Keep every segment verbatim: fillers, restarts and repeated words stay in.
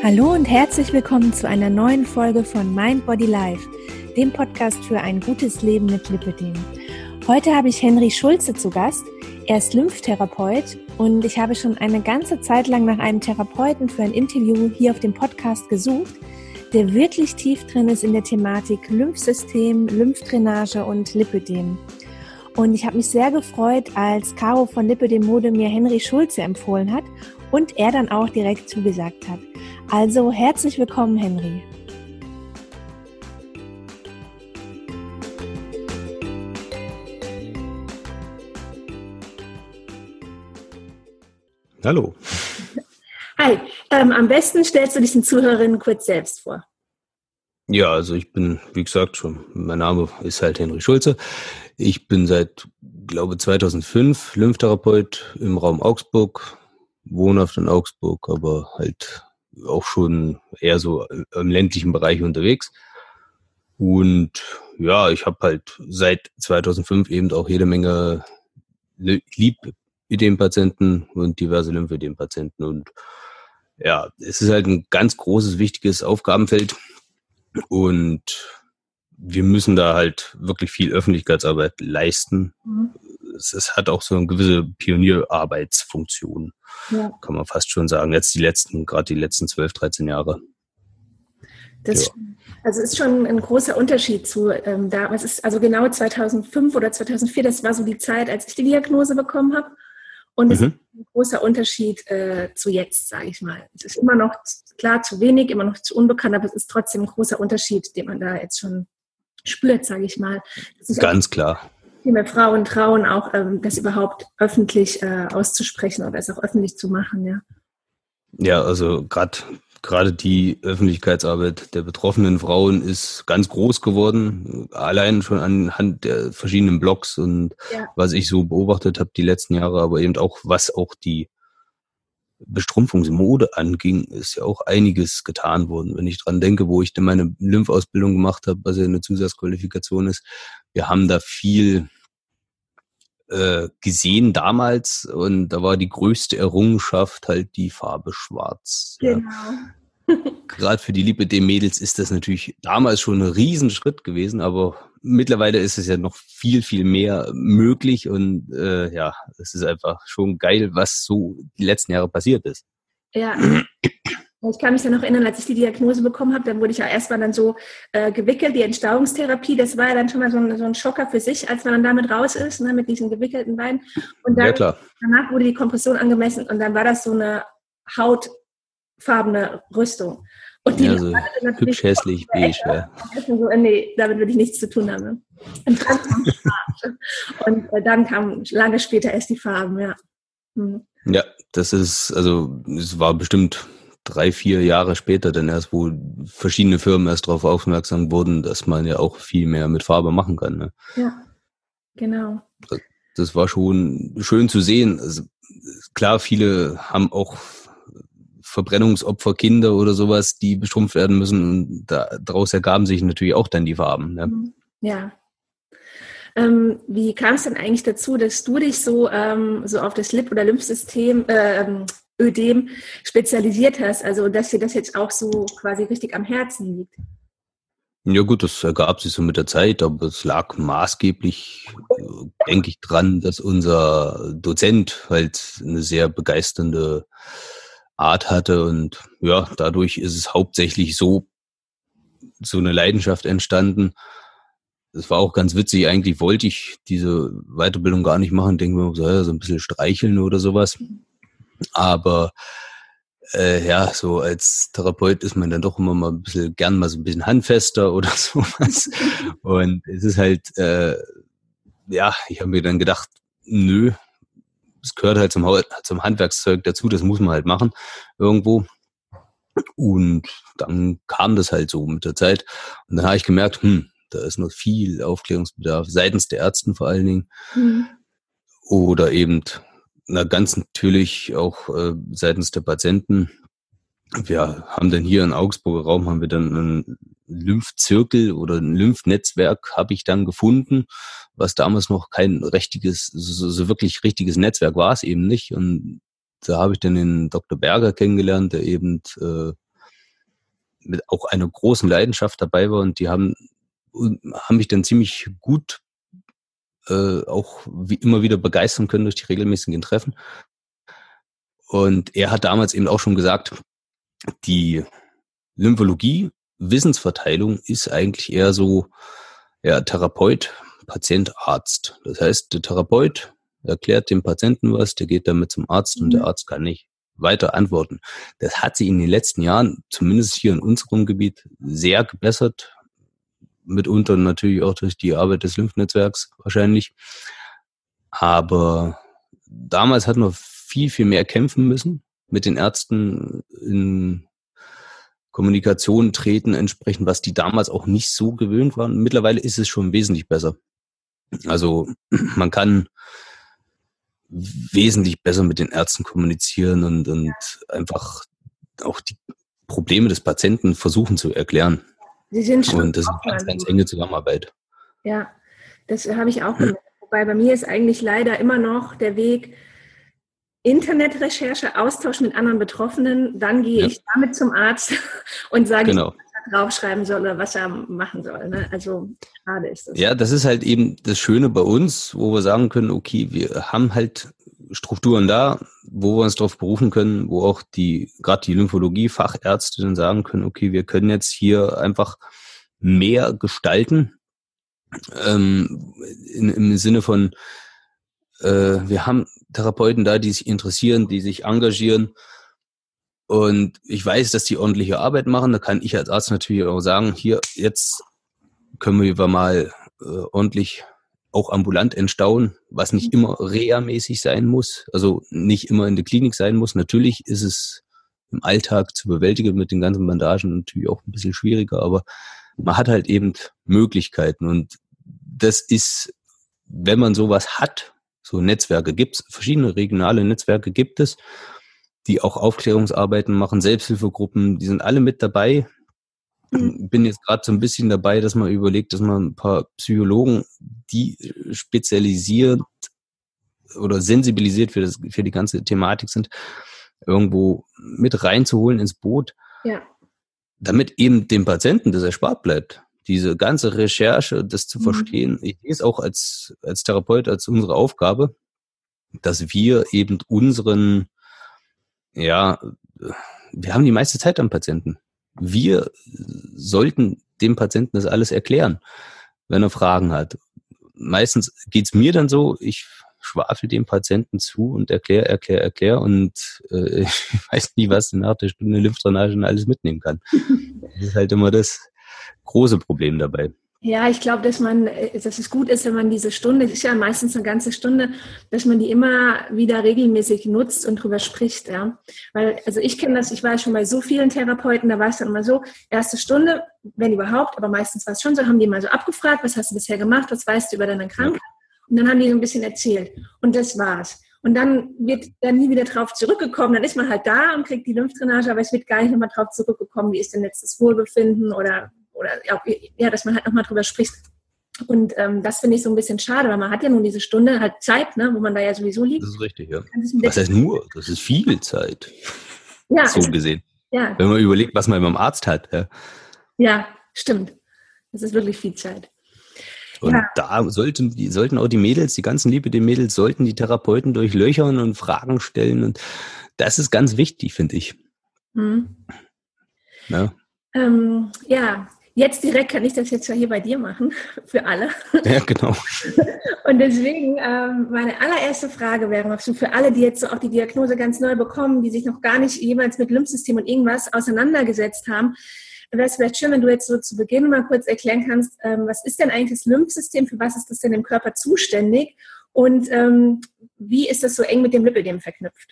Hallo und herzlich willkommen zu einer neuen Folge von Mind Body Life, dem Podcast für ein gutes Leben mit Lipödem. Heute habe ich Henry Schulze zu Gast. Er ist Lymphtherapeut und ich habe schon eine ganze Zeit lang nach einem Therapeuten für ein Interview hier auf dem Podcast gesucht, der wirklich tief drin ist in der Thematik Lymphsystem, Lymphdrainage und Lipödem. Und ich habe mich sehr gefreut, als Caro von Lipödem Mode mir Henry Schulze empfohlen hat und er dann auch direkt zugesagt hat. Also herzlich willkommen, Henry. Hallo. Hi, ähm, am besten stellst du dich den Zuhörerinnen kurz selbst vor. Ja, also ich bin, wie gesagt, schon, mein Name ist halt Henry Schulze. Ich bin seit, glaube zweitausendfünf Lymphtherapeut im Raum Augsburg, wohnhaft in Augsburg, aber halt auch schon eher so im ländlichen Bereich unterwegs. Und ja, ich habe halt seit zweitausendfünf eben auch jede Menge Lipödem-Patienten und diverse Lymphödem-Patienten. Und ja, es ist halt ein ganz großes, wichtiges Aufgabenfeld. Und wir müssen da halt wirklich viel Öffentlichkeitsarbeit leisten. Mhm. Es, es hat auch so eine gewisse Pionierarbeitsfunktion, ja. Kann man fast schon sagen. Jetzt die letzten, gerade die letzten zwölf, dreizehn Jahre. Das, ja. Also ist schon ein großer Unterschied zu ähm, da. Es ist also genau zweitausendfünf oder zweitausendvier, das war so die Zeit, als ich die Diagnose bekommen habe. Und es mhm. ist ein großer Unterschied äh, zu jetzt, sage ich mal. Es ist immer noch, klar, zu wenig, immer noch zu unbekannt, aber es ist trotzdem ein großer Unterschied, den man da jetzt schon spürt, sage ich mal. Ganz klar. Viel mehr Frauen trauen auch, ähm, das überhaupt öffentlich äh, auszusprechen oder es auch öffentlich zu machen, ja. Ja, also gerade gerade die Öffentlichkeitsarbeit der betroffenen Frauen ist ganz groß geworden, allein schon anhand der verschiedenen Blogs und ja. was ich so beobachtet habe die letzten Jahre, aber eben auch, was auch die Bestrumpfungsmode anging, ist ja auch einiges getan worden. Wenn ich dran denke, wo ich denn meine Lymphausbildung gemacht habe, was ja eine Zusatzqualifikation ist, wir haben da viel äh, gesehen damals und da war die größte Errungenschaft halt die Farbe Schwarz. Genau. Ja. Gerade für die Lipödem-Mädels ist das natürlich damals schon ein Riesenschritt gewesen, aber mittlerweile ist es ja noch viel, viel mehr möglich und äh, ja, es ist einfach schon geil, was so die letzten Jahre passiert ist. Ja, ich kann mich ja noch erinnern, als ich die Diagnose bekommen habe, dann wurde ich ja erstmal dann so äh, gewickelt, die Entstauungstherapie, das war ja dann schon mal so ein, so ein Schocker für sich, als man dann damit raus ist, ne, mit diesen gewickelten Beinen. Und dann, ja, klar. Danach wurde die Kompression angemessen und dann war das so eine hautfarbene Rüstung. Und die ja, so hübsch, hässlich, beige. Ja. So, nee, damit will ich nichts zu tun haben. Ne? Und dann kam Farbe. Und äh, dann kam lange später erst die Farben, ja. Hm. Ja, das ist, also es war bestimmt drei, vier Jahre später dann erst, wo verschiedene Firmen erst darauf aufmerksam wurden, dass man ja auch viel mehr mit Farbe machen kann. Ne? Ja, genau. Das, das war schon schön zu sehen. Also, klar, viele haben auch Verbrennungsopfer, Kinder oder sowas, die bestrumpft werden müssen. Und da, daraus ergaben sich natürlich auch dann die Farben. Ne? Ja. Ähm, wie kam es denn eigentlich dazu, dass du dich so, ähm, so auf das Lip- oder Lymphsystem, äh, Ödem spezialisiert hast? Also, dass dir das jetzt auch so quasi richtig am Herzen liegt? Ja gut, das ergab sich so mit der Zeit, aber es lag maßgeblich, denke ich, dran, dass unser Dozent halt eine sehr begeisternde Art hatte und ja, dadurch ist es hauptsächlich so, so eine Leidenschaft entstanden. Es war auch ganz witzig, eigentlich wollte ich diese Weiterbildung gar nicht machen, denke mir so, ja, so ein bisschen streicheln oder sowas. Aber äh, ja, so als Therapeut ist man dann doch immer mal ein bisschen, gern mal so ein bisschen handfester oder sowas. Und es ist halt, äh, ja, ich habe mir dann gedacht, nö, es gehört halt zum, zum Handwerkszeug dazu, das muss man halt machen irgendwo. Und dann kam das halt so mit der Zeit. Und dann habe ich gemerkt, hm, da ist noch viel Aufklärungsbedarf, seitens der Ärzten vor allen Dingen. Mhm. Oder eben, na ganz natürlich auch äh, seitens der Patienten. Wir haben dann hier im Augsburger Raum haben wir dann einen Lymphzirkel oder ein Lymphnetzwerk habe ich dann gefunden, was damals noch kein richtiges, so, so wirklich richtiges Netzwerk war es eben nicht. Und da habe ich dann den Doktor Berger kennengelernt, der eben äh, mit auch einer großen Leidenschaft dabei war und die haben, haben mich dann ziemlich gut äh, auch wie immer wieder begeistern können durch die regelmäßigen Treffen. Und er hat damals eben auch schon gesagt, die Lymphologie, Wissensverteilung ist eigentlich eher so, ja, Therapeut, Patient, Arzt. Das heißt, der Therapeut erklärt dem Patienten was, der geht damit zum Arzt und der Arzt kann nicht weiter antworten. Das hat sich in den letzten Jahren, zumindest hier in unserem Gebiet, sehr gebessert. Mitunter natürlich auch durch die Arbeit des Lymphnetzwerks wahrscheinlich. Aber damals hat man viel, viel mehr kämpfen müssen, mit den Ärzten in Kommunikation treten, entsprechend, was die damals auch nicht so gewöhnt waren. Mittlerweile ist es schon wesentlich besser. Also man kann wesentlich besser mit den Ärzten kommunizieren und, und einfach auch die Probleme des Patienten versuchen zu erklären. Sie sind schon und das ist eine ganz, ganz enge Zusammenarbeit. Ja, das habe ich auch gemerkt. Wobei bei mir ist eigentlich leider immer noch der Weg Internetrecherche, Austausch mit anderen Betroffenen, dann gehe ja. ich damit zum Arzt und sage, genau. was er draufschreiben soll oder was er machen soll. Ne? Also schade ist das. Ja, das ist halt eben das Schöne bei uns, wo wir sagen können, okay, wir haben halt Strukturen da, wo wir uns darauf berufen können, wo auch die, gerade die Lymphologie-Fachärzte dann sagen können, okay, wir können jetzt hier einfach mehr gestalten, ähm, in, im Sinne von, äh, wir haben Therapeuten da, die sich interessieren, die sich engagieren und ich weiß, dass die ordentliche Arbeit machen, da kann ich als Arzt natürlich auch sagen, hier, jetzt können wir mal äh, ordentlich auch ambulant entstauen, was nicht immer reha-mäßig sein muss, also nicht immer in der Klinik sein muss. Natürlich ist es im Alltag zu bewältigen mit den ganzen Bandagen natürlich auch ein bisschen schwieriger, aber man hat halt eben Möglichkeiten und das ist, wenn man sowas hat, so Netzwerke gibt es, verschiedene regionale Netzwerke gibt es, die auch Aufklärungsarbeiten machen, Selbsthilfegruppen, die sind alle mit dabei. Mhm. Bin jetzt gerade so ein bisschen dabei, dass man überlegt, dass man ein paar Psychologen, die spezialisiert oder sensibilisiert für, das, für die ganze Thematik sind, irgendwo mit reinzuholen ins Boot, ja. damit eben dem Patienten das erspart bleibt. Diese ganze Recherche, das zu verstehen, mhm. ich sehe es auch als, als Therapeut, als unsere Aufgabe, dass wir eben unseren, ja, wir haben die meiste Zeit am Patienten. Wir sollten dem Patienten das alles erklären, wenn er Fragen hat. Meistens geht's mir dann so, ich schwafel dem Patienten zu und erkläre, erkläre, erkläre und äh, ich weiß nie, was nach der Stunde Lymphdrainage alles mitnehmen kann. Das ist halt immer das große Problem dabei. Ja, ich glaube, dass man, dass es gut ist, wenn man diese Stunde, es ist ja meistens eine ganze Stunde, dass man die immer wieder regelmäßig nutzt und drüber spricht, ja. Weil, also ich kenne das, ich war schon bei so vielen Therapeuten, da war es dann immer so, erste Stunde, wenn überhaupt, aber meistens war es schon so, haben die mal so abgefragt, was hast du bisher gemacht, was weißt du über deine Krankheit? Und dann haben die so ein bisschen erzählt. Und das war's. Und dann wird dann nie wieder drauf zurückgekommen. Dann ist man halt da und kriegt die Lymphdrainage, aber es wird gar nicht nochmal drauf zurückgekommen, wie ist denn jetzt das Wohlbefinden oder oder ja, dass man halt nochmal drüber spricht. Und ähm, das finde ich so ein bisschen schade, weil man hat ja nun diese Stunde halt Zeit, ne, wo man da ja sowieso liegt. Das ist richtig, ja. Was heißt nur? Das ist viel Zeit. Ja. So gesehen. Ja. Wenn man überlegt, was man beim Arzt hat. Ja, ja, stimmt. Das ist wirklich viel Zeit. Und ja. da sollten die, sollten auch die Mädels, die ganzen Liebe der Mädels, sollten die Therapeuten durchlöchern und Fragen stellen. Und das ist ganz wichtig, finde ich. Mhm. Ja. Ähm, ja. Jetzt direkt kann ich das jetzt ja hier bei dir machen, für alle. Ja, genau. Und deswegen, ähm, meine allererste Frage wäre, für alle, die jetzt so auch die Diagnose ganz neu bekommen, die sich noch gar nicht jemals mit Lymphsystem und irgendwas auseinandergesetzt haben, wäre es vielleicht schön, wenn du jetzt so zu Beginn mal kurz erklären kannst, ähm, was ist denn eigentlich das Lymphsystem, für was ist das denn im Körper zuständig und ähm, wie ist das so eng mit dem Lipödem verknüpft?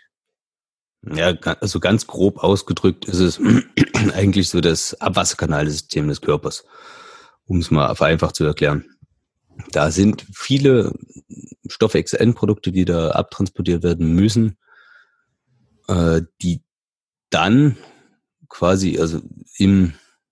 Ja, also ganz grob ausgedrückt ist es eigentlich so das Abwasserkanalsystem des Körpers, um es mal vereinfacht zu erklären. Da sind viele Stoffwechselendprodukte, die da abtransportiert werden müssen, äh, die dann quasi also im,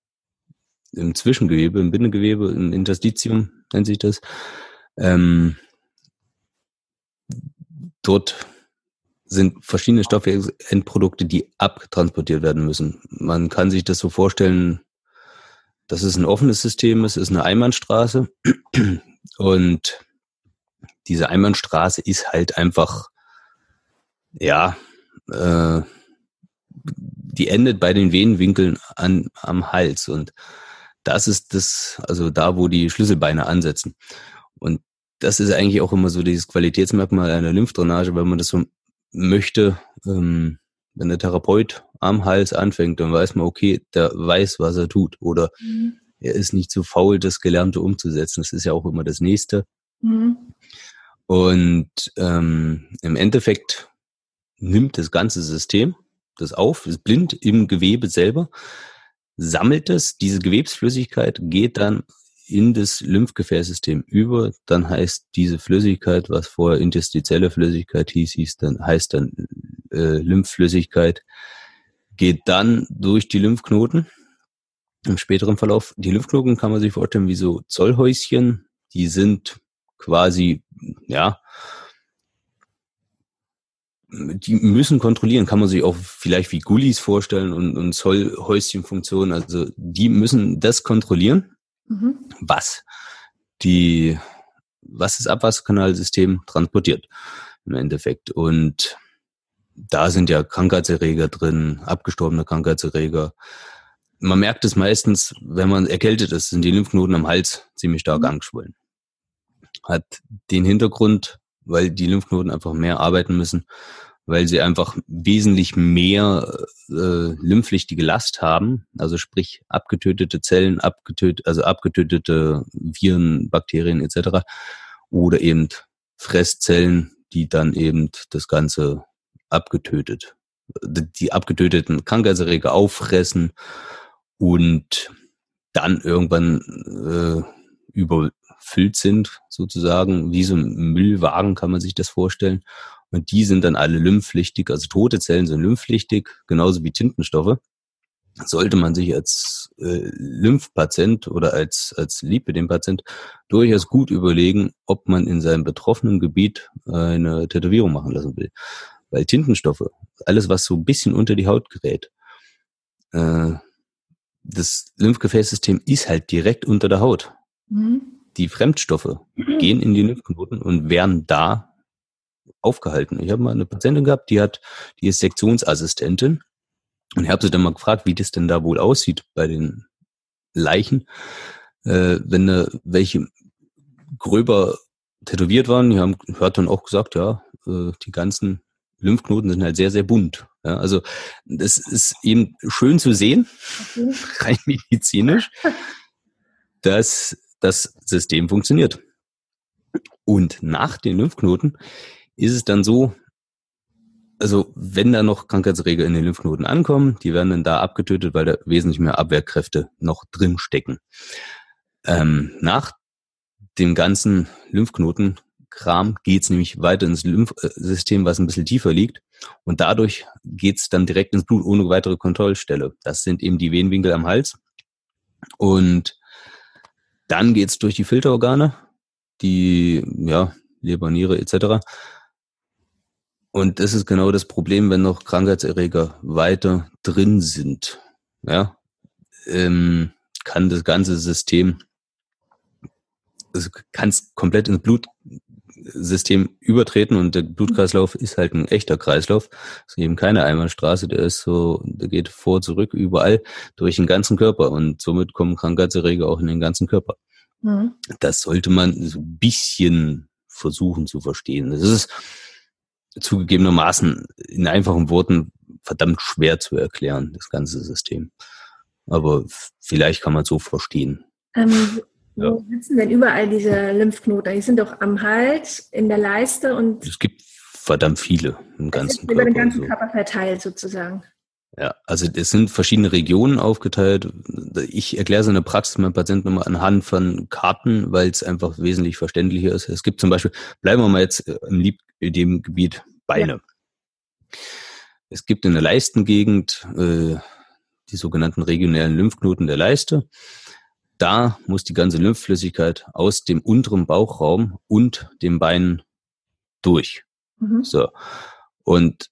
im Zwischengewebe, im Bindegewebe, im Interstitium nennt sich das, ähm, dort sind verschiedene Stoffwechselendprodukte, die abtransportiert werden müssen. Man kann sich das so vorstellen, dass es ein offenes System ist, es ist eine Einbahnstraße und diese Einbahnstraße ist halt einfach, ja, äh, die endet bei den Venenwinkeln an, am Hals und das ist das, also da, wo die Schlüsselbeine ansetzen. Und das ist eigentlich auch immer so dieses Qualitätsmerkmal einer Lymphdrainage, wenn man das so möchte, ähm, wenn der Therapeut am Hals anfängt, dann weiß man, okay, der weiß, was er tut oder mhm. er ist nicht zu faul, das Gelernte umzusetzen. Das ist ja auch immer das Nächste. Mhm. Und ähm, im Endeffekt nimmt das ganze System das auf, ist blind im Gewebe selber, sammelt es, diese Gewebsflüssigkeit geht dann in das Lymphgefäßsystem über, dann heißt diese Flüssigkeit, was vorher interstitielle Flüssigkeit hieß, hieß dann, heißt dann äh, Lymphflüssigkeit, geht dann durch die Lymphknoten im späteren Verlauf. Die Lymphknoten kann man sich vorstellen wie so Zollhäuschen, die sind quasi, ja, die müssen kontrollieren, kann man sich auch vielleicht wie Gullis vorstellen und, und Zollhäuschenfunktionen, also die müssen das kontrollieren, mhm. was die, was das Abwasserkanalsystem transportiert im Endeffekt. Und da sind ja Krankheitserreger drin, abgestorbene Krankheitserreger. Man merkt es meistens, wenn man erkältet ist, sind die Lymphknoten am Hals ziemlich stark mhm. angeschwollen. Hat den Hintergrund, weil die Lymphknoten einfach mehr arbeiten müssen, weil sie einfach wesentlich mehr äh, lymphpflichtige Last haben, also sprich abgetötete Zellen, abgetötet, also abgetötete Viren, Bakterien et cetera oder eben Fresszellen, die dann eben das Ganze abgetötet, die abgetöteten Krankheitserreger auffressen und dann irgendwann äh, überfüllt sind, sozusagen, wie so ein Müllwagen kann man sich das vorstellen. Und die sind dann alle lymphpflichtig, also tote Zellen sind lymphpflichtig, genauso wie Tintenstoffe. Sollte man sich als äh, Lymphpatient oder als als Lipödem-Patient durchaus gut überlegen, ob man in seinem betroffenen Gebiet äh, eine Tätowierung machen lassen will. Weil Tintenstoffe, alles was so ein bisschen unter die Haut gerät, äh, das Lymphgefäßsystem ist halt direkt unter der Haut. Mhm. Die Fremdstoffe mhm. gehen in die Lymphknoten und werden da aufgehalten. Ich habe mal eine Patientin gehabt, die hat, die ist Sektionsassistentin und ich habe sie dann mal gefragt, wie das denn da wohl aussieht bei den Leichen, äh, wenn da welche gröber tätowiert waren. Die haben, hat dann auch gesagt, ja, äh, die ganzen Lymphknoten sind halt sehr, sehr bunt. Ja, also das ist eben schön zu sehen, okay. rein medizinisch, dass das System funktioniert. Und nach den Lymphknoten ist es dann so, also wenn da noch Krankheitserreger in den Lymphknoten ankommen, die werden dann da abgetötet, weil da wesentlich mehr Abwehrkräfte noch drin stecken. Ähm, nach dem ganzen Lymphknotenkram geht's nämlich weiter ins Lymphsystem, was ein bisschen tiefer liegt. Und dadurch geht's dann direkt ins Blut ohne weitere Kontrollstelle. Das sind eben die Venenwinkel am Hals. Und dann geht's durch die Filterorgane, die, ja, Leber, Niere et cetera. Und das ist genau das Problem, wenn noch Krankheitserreger weiter drin sind. Ja, ähm, kann das ganze System, also kann es komplett ins Blutsystem übertreten und der Blutkreislauf ist halt ein echter Kreislauf. Es ist eben keine Einbahnstraße, der ist so, der geht vor, zurück, überall durch den ganzen Körper und somit kommen Krankheitserreger auch in den ganzen Körper. Mhm. Das sollte man so ein bisschen versuchen zu verstehen. Das ist zugegebenermaßen in einfachen Worten verdammt schwer zu erklären, das ganze System. Aber vielleicht kann man es so verstehen. Ähm, wo ja. sitzen denn überall diese Lymphknoten? Die sind doch am Hals, in der Leiste und... Es gibt verdammt viele im ganzen Körper. Über den ganzen Körper verteilt sozusagen. Ja, also es sind verschiedene Regionen aufgeteilt. Ich erkläre es in der Praxis meinen Patienten immer anhand von Karten, weil es einfach wesentlich verständlicher ist. Es gibt zum Beispiel, bleiben wir mal jetzt im Lipödem-Gebiet, Beine. Ja. Es gibt in der Leistengegend äh, die sogenannten regionellen Lymphknoten der Leiste. Da muss die ganze Lymphflüssigkeit aus dem unteren Bauchraum und dem Bein durch. Mhm. So. Und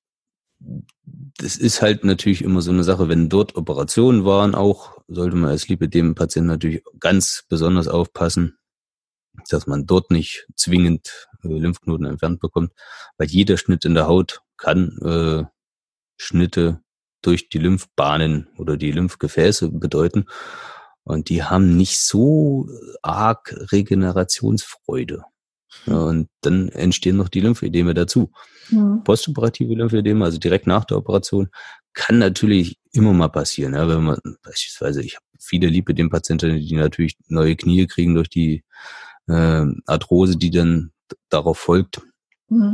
das ist halt natürlich immer so eine Sache, wenn dort Operationen waren auch, sollte man als Lipödem-Patient natürlich ganz besonders aufpassen, dass man dort nicht zwingend äh, Lymphknoten entfernt bekommt, weil jeder Schnitt in der Haut kann äh, Schnitte durch die Lymphbahnen oder die Lymphgefäße bedeuten. Und die haben nicht so arg Regenerationsfreude. Ja, und dann entstehen noch die Lymphödeme dazu. Ja. Postoperative Lymphödeme, also direkt nach der Operation, kann natürlich immer mal passieren. Ja, wenn man beispielsweise, ich habe viele Lipödem-Patienten, die natürlich neue Knie kriegen durch die äh, Arthrose, die dann darauf folgt. Mhm.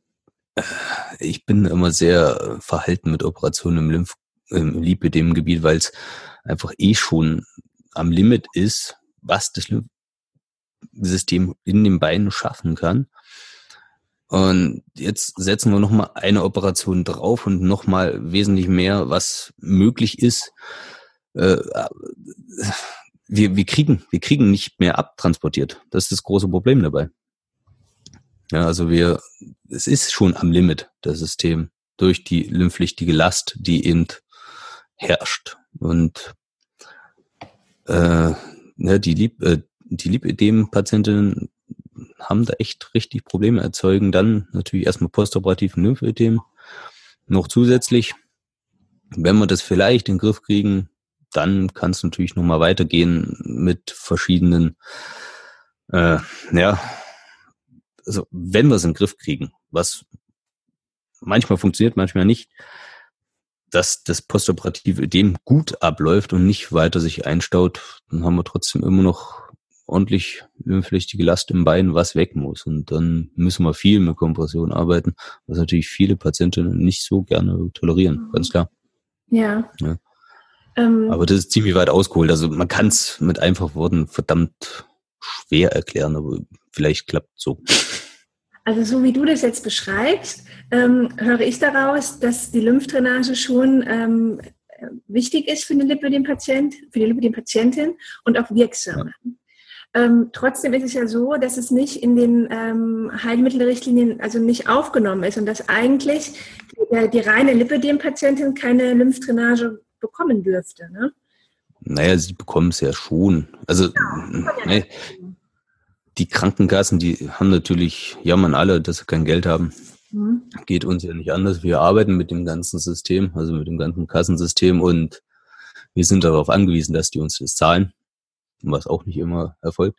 Ich bin immer sehr verhalten mit Operationen im Lymph, im Lipödem-Gebiet, weil es einfach eh schon am Limit ist, was das Lymphsystem in den Beinen schaffen kann. Und jetzt setzen wir nochmal eine Operation drauf und nochmal wesentlich mehr, was möglich ist. Wir, wir kriegen, wir kriegen nicht mehr abtransportiert. Das ist das große Problem dabei. Ja, also wir, es ist schon am Limit, das System, durch die lymphpflichtige Last, die eben herrscht. Und äh, ja, die, Lip, äh, die Lipödem-Patientinnen haben da echt richtig Probleme, erzeugen dann natürlich erstmal postoperativen Lymphödem. Noch zusätzlich, wenn wir das vielleicht in den Griff kriegen, dann kann es natürlich nochmal weitergehen mit verschiedenen, äh, ja, also wenn wir es in den Griff kriegen, was manchmal funktioniert, manchmal nicht, dass das postoperative Ödem gut abläuft und nicht weiter sich einstaut, dann haben wir trotzdem immer noch ordentlich lymphpflichtige Last im Bein, was weg muss. Und dann müssen wir viel mit Kompression arbeiten, was natürlich viele Patienten nicht so gerne tolerieren, ganz klar. Ja. ja. Ähm, aber das ist ziemlich weit ausgeholt. Also man kann es mit einfachen Worten verdammt schwer erklären, aber vielleicht klappt es so. Also so wie du das jetzt beschreibst, ähm, höre ich daraus, dass die Lymphdrainage schon ähm, wichtig ist für den Lipödem-Patient, für die Lipödem-Patientin und auch wirksam. Ja. Ähm, trotzdem ist es ja so, dass es nicht in den ähm, Heilmittelrichtlinien, also nicht aufgenommen ist und dass eigentlich die, die reine Lipödem-Patientin keine Lymphdrainage bekommen dürfte, ne? Naja, sie bekommen es ja schon. Also ja, ne, die Krankenkassen, die haben natürlich, jammern alle, dass sie kein Geld haben. Mhm. Geht uns ja nicht anders. Wir arbeiten mit dem ganzen System, also mit dem ganzen Kassensystem, und wir sind darauf angewiesen, dass die uns das zahlen, was auch nicht immer erfolgt,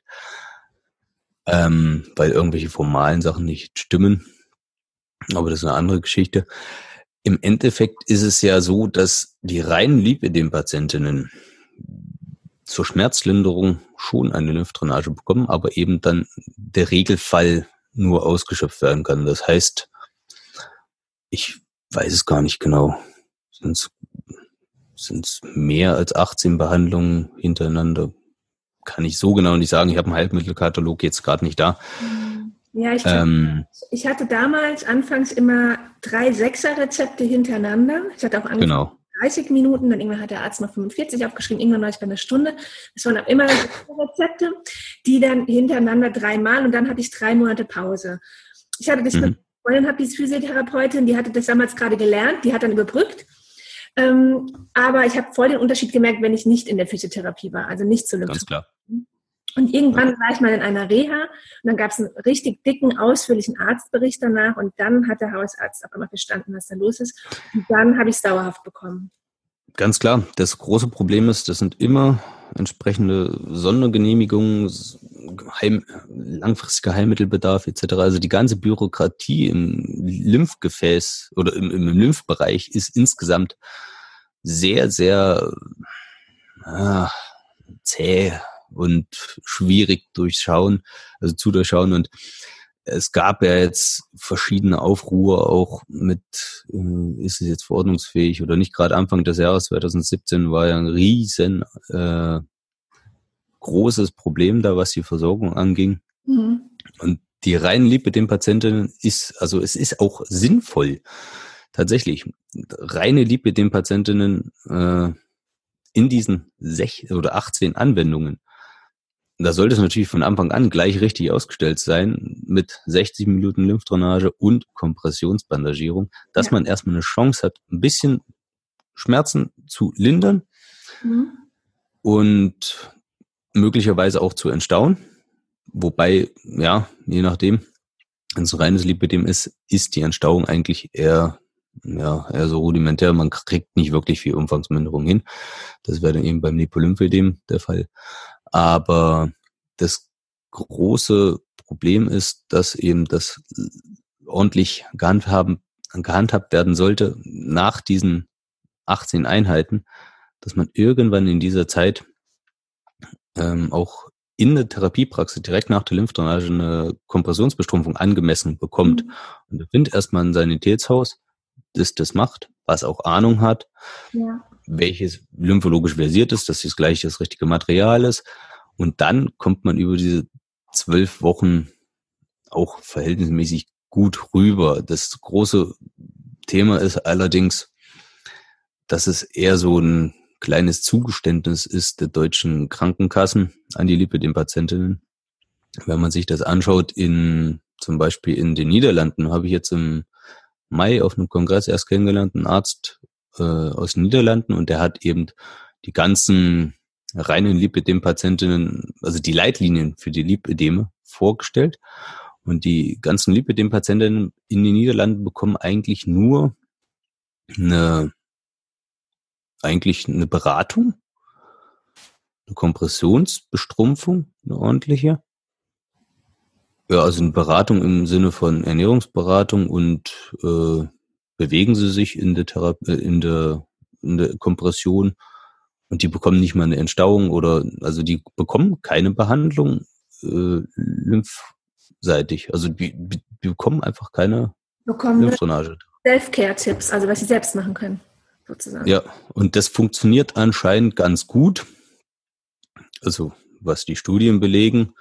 ähm, weil irgendwelche formalen Sachen nicht stimmen. Aber das ist eine andere Geschichte. Im Endeffekt ist es ja so, dass die reinen Lipödem-Patientinnen zur Schmerzlinderung schon eine Lymphdrainage bekommen, aber eben dann der Regelfall nur ausgeschöpft werden kann. Das heißt, ich weiß es gar nicht genau, sind es mehr als achtzehn Behandlungen hintereinander? Kann ich so genau nicht sagen. Ich habe einen Heilmittelkatalog jetzt gerade nicht da. Ja, ich, ähm, ich hatte damals anfangs immer drei Sechser-Rezepte hintereinander. Ich hatte auch angefangen genau. dreißig Minuten, dann irgendwann hat der Arzt noch fünfundvierzig aufgeschrieben, irgendwann war ich bei einer Stunde. Es waren auch immer Rezepte, die dann hintereinander dreimal, und dann hatte ich drei Monate Pause. Ich hatte das mhm. mit Freundin, habe diese Physiotherapeutin, die hatte das damals gerade gelernt, die hat dann überbrückt. Ähm, aber ich habe voll den Unterschied gemerkt, wenn ich nicht in der Physiotherapie war, also nicht zur Lymphdrainage. Ganz klar. Und irgendwann war ich mal in einer Reha und dann gab es einen richtig dicken, ausführlichen Arztbericht danach, und dann hat der Hausarzt auf einmal verstanden, was da los ist. Und dann habe ich es dauerhaft bekommen. Ganz klar. Das große Problem ist, das sind immer entsprechende Sondergenehmigungen, Heim, langfristiger Heilmittelbedarf et cetera. Also die ganze Bürokratie im Lymphgefäß oder im, im Lymphbereich ist insgesamt sehr, sehr ah, zäh und schwierig durchschauen, also zu durchschauen. Und es gab ja jetzt verschiedene Aufruhr auch mit, äh, ist es jetzt verordnungsfähig oder nicht. Gerade Anfang des Jahres zwanzig siebzehn war ja ein riesen äh, großes Problem da, was die Versorgung anging. Mhm. Und die reinen Lipödem-Patientinnen ist, also es ist auch sinnvoll, tatsächlich, reine Lipödem-Patientinnen äh, in diesen sechzehn oder achtzehn Anwendungen da sollte es natürlich von Anfang an gleich richtig ausgestellt sein mit sechzig Minuten Lymphdrainage und Kompressionsbandagierung, dass ja. man erstmal eine Chance hat, ein bisschen Schmerzen zu lindern mhm. und möglicherweise auch zu entstauen. Wobei, ja, je nachdem, wenn es ein reines Lipödem ist, ist die Entstauung eigentlich eher, ja, eher so rudimentär. Man kriegt nicht wirklich viel Umfangsminderung hin. Das wäre dann eben beim Lipolymphödem der Fall. Aber das große Problem ist, dass eben das ordentlich gehandhabt, gehandhabt werden sollte nach diesen achtzehn Einheiten, dass man irgendwann in dieser Zeit ähm, auch in der Therapiepraxis direkt nach der Lymphdrainage eine Kompressionsbestrumpfung angemessen bekommt. Mhm. Und da findet erstmal ein Sanitätshaus, das das macht, was auch Ahnung hat, ja. welches lymphologisch versiert ist, dass das gleich das richtige Material ist. Und dann kommt man über diese zwölf Wochen auch verhältnismäßig gut rüber. Das große Thema ist allerdings, dass es eher so ein kleines Zugeständnis ist der deutschen Krankenkassen an die Lipödem-Patientinnen. Wenn man sich das anschaut, in zum Beispiel in den Niederlanden, habe ich jetzt im Mai auf einem Kongress erst kennengelernt, einen Arzt äh, aus den Niederlanden, und der hat eben die ganzen reinen Lipödem-Patientinnen, also die Leitlinien für die Lipödeme vorgestellt. Und die ganzen Lipödem-Patientinnen in den Niederlanden bekommen eigentlich nur eine eigentlich eine Beratung, eine Kompressionsbestrumpfung, eine ordentliche. Ja, also eine Beratung im Sinne von Ernährungsberatung und äh, bewegen sie sich in der Therapie, in der, in der Kompression, und die bekommen nicht mal eine Entstauung oder, also die bekommen keine Behandlung äh, lymphseitig. Also die, die bekommen einfach keine bekommen Lymphdrainage. Self-Care-Tipps, also was sie selbst machen können. Sozusagen. Ja, und das funktioniert anscheinend ganz gut. Also, was die Studien belegen.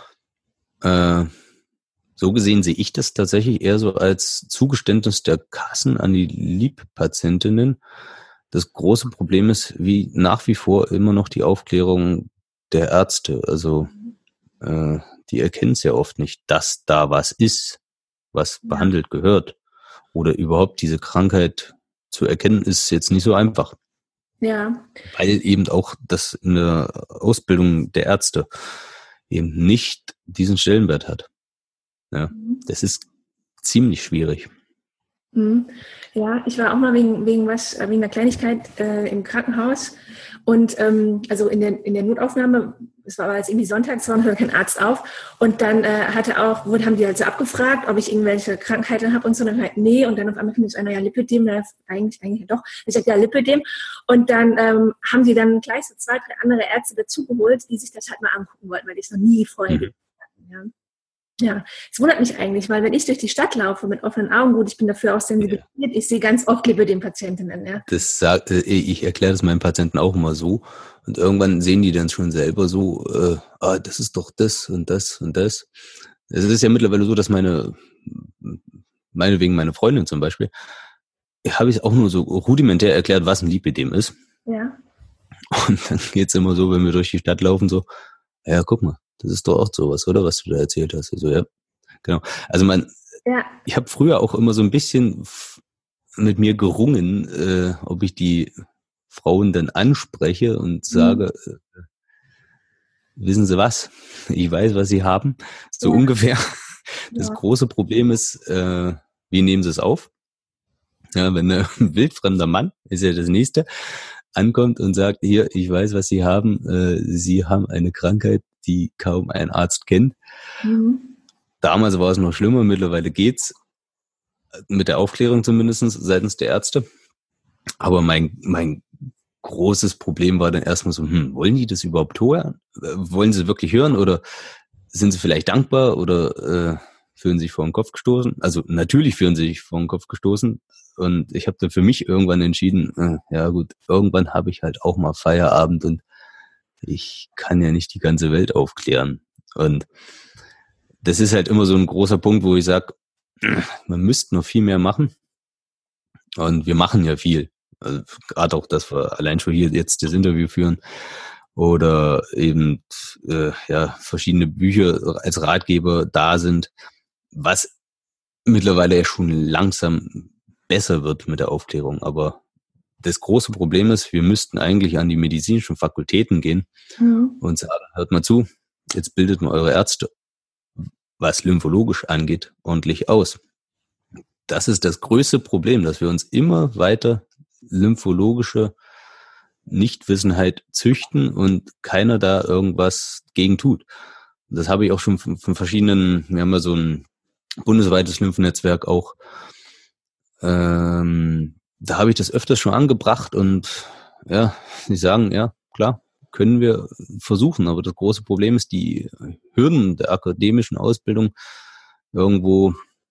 Äh, so gesehen sehe ich das tatsächlich eher so als Zugeständnis der Kassen an die Lip-Patientinnen. Das große Problem ist, wie nach wie vor immer noch die Aufklärung der Ärzte. Also, äh, die erkennen es ja oft nicht, dass da was ist, was ja. behandelt gehört. Oder überhaupt diese Krankheit zu erkennen, ist jetzt nicht so einfach. Ja. Weil eben auch das in der Ausbildung der Ärzte eben nicht diesen Stellenwert hat. Ja, mhm. Das ist ziemlich schwierig. Mhm. Ja, ich war auch mal wegen, wegen was, wegen einer Kleinigkeit äh, im Krankenhaus und ähm, also in der, in der Notaufnahme, es war jetzt irgendwie Sonntag, es war noch kein Arzt auf, und dann äh, hatte auch, wurde, haben die halt so abgefragt, ob ich irgendwelche Krankheiten habe und so, und dann halt, nee, und dann auf einmal kommt einer, ja, Lipödem, na, eigentlich, eigentlich doch, ich sagte, ja, Lipödem, und dann ähm, haben die dann gleich so zwei, drei andere Ärzte dazugeholt, die sich das halt mal angucken wollten, weil die es noch nie vorher Mhm. gesehen hatten, ja. Ja, es wundert mich eigentlich, weil wenn ich durch die Stadt laufe mit offenen Augen, gut, ich bin dafür auch sensibilisiert, ja. ich sehe ganz oft Lipödem-Patientinnen. Ja. Das sagt, ich erkläre das meinen Patienten auch immer so, und irgendwann sehen die dann schon selber so, äh, ah, das ist doch das und das und das. Es ist ja mittlerweile so, dass meine, meinetwegen meine Freundin zum Beispiel, habe ich auch nur so rudimentär erklärt, was ein Lipödem ist. Ja. Und dann geht's immer so, wenn wir durch die Stadt laufen, so, ja, guck mal, das ist doch auch sowas, oder? Was du da erzählt hast. Also, ja, genau. Also man, ja. Ich habe früher auch immer so ein bisschen f- mit mir gerungen, äh, ob ich die Frauen dann anspreche und sage, mhm. äh, wissen Sie was? Ich weiß, was Sie haben. So ja. ungefähr. Das ja. große Problem ist, äh, wie nehmen Sie es auf? Ja, wenn ein wildfremder Mann, ist ja das Nächste, ankommt und sagt, hier, ich weiß, was Sie haben. Äh, Sie haben eine Krankheit, die kaum ein Arzt kennt. Mhm. Damals war es noch schlimmer, mittlerweile geht's. Mit der Aufklärung zumindest seitens der Ärzte. Aber mein, mein großes Problem war dann erstmal so, hm, wollen die das überhaupt hören? Wollen sie wirklich hören oder sind sie vielleicht dankbar oder äh, fühlen sich vor den Kopf gestoßen? Also natürlich fühlen sie sich vor den Kopf gestoßen. Und ich habe dann für mich irgendwann entschieden, äh, ja gut, irgendwann habe ich halt auch mal Feierabend und ich kann ja nicht die ganze Welt aufklären. Und das ist halt immer so ein großer Punkt, wo ich sage, man müsste noch viel mehr machen. Und wir machen ja viel. Also gerade auch, dass wir allein schon hier jetzt das Interview führen. oder eben äh, ja verschiedene Bücher als Ratgeber da sind, was mittlerweile ja schon langsam besser wird mit der Aufklärung. Aber das große Problem ist, wir müssten eigentlich an die medizinischen Fakultäten gehen mhm. und sagen, hört mal zu, jetzt bildet mal eure Ärzte, was lymphologisch angeht, ordentlich aus. Das ist das größte Problem, dass wir uns immer weiter lymphologische Nichtwissenheit züchten und keiner da irgendwas gegen tut. Das habe ich auch schon von, von verschiedenen, wir haben ja so ein bundesweites Lymphnetzwerk auch, ähm, da habe ich das öfters schon angebracht und ja, die sagen, ja, klar, können wir versuchen, aber das große Problem ist, die Hürden der akademischen Ausbildung irgendwo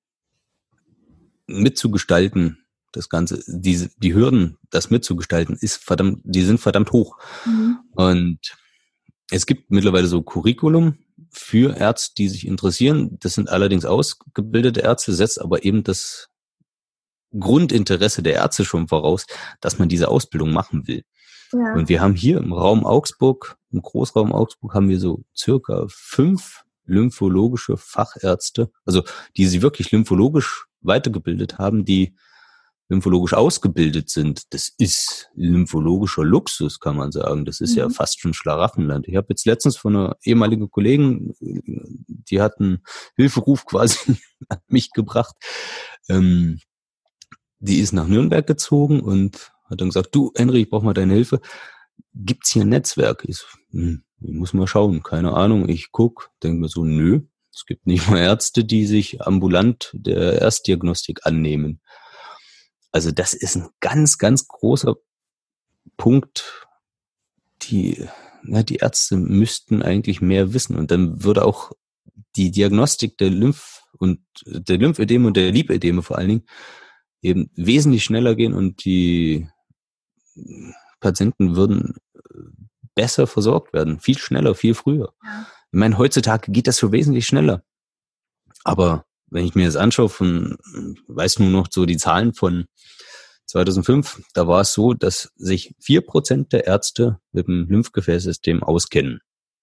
mitzugestalten, das Ganze, diese, die Hürden, das mitzugestalten, ist verdammt, die sind verdammt hoch. Mhm. Und es gibt mittlerweile so Curriculum für Ärzte, die sich interessieren. Das sind allerdings ausgebildete Ärzte, setzt aber eben das Grundinteresse der Ärzte schon voraus, dass man diese Ausbildung machen will. Ja. Und wir haben hier im Raum Augsburg, im Großraum Augsburg, haben wir so circa fünf lymphologische Fachärzte, also die sie wirklich lymphologisch weitergebildet haben, die lymphologisch ausgebildet sind. Das ist lymphologischer Luxus, kann man sagen. Das ist mhm. ja fast schon Schlaraffenland. Ich habe jetzt letztens von einer ehemaligen Kollegin, die hat einen Hilferuf quasi an mich gebracht. Ähm, die ist nach Nürnberg gezogen und hat dann gesagt, du, Henry, ich brauche mal deine Hilfe. Gibt's hier ein Netzwerk? Ich, so, hm, ich muss mal schauen, keine Ahnung. Ich guck, denke mir so, nö, es gibt nicht mal Ärzte, die sich ambulant der Erstdiagnostik annehmen. Also das ist ein ganz, ganz großer Punkt. Die, ja, die Ärzte müssten eigentlich mehr wissen. Und dann würde auch die Diagnostik der Lymph- und der Lymphödeme und der Lipödeme vor allen Dingen eben wesentlich schneller gehen und die Patienten würden besser versorgt werden. Viel schneller, viel früher. Ja. Ich meine, heutzutage geht das so wesentlich schneller. Aber wenn ich mir das anschaue, von, weiß nur noch so die Zahlen von zweitausendfünf, da war es so, dass sich vier Prozent der Ärzte mit dem Lymphgefäßsystem auskennen.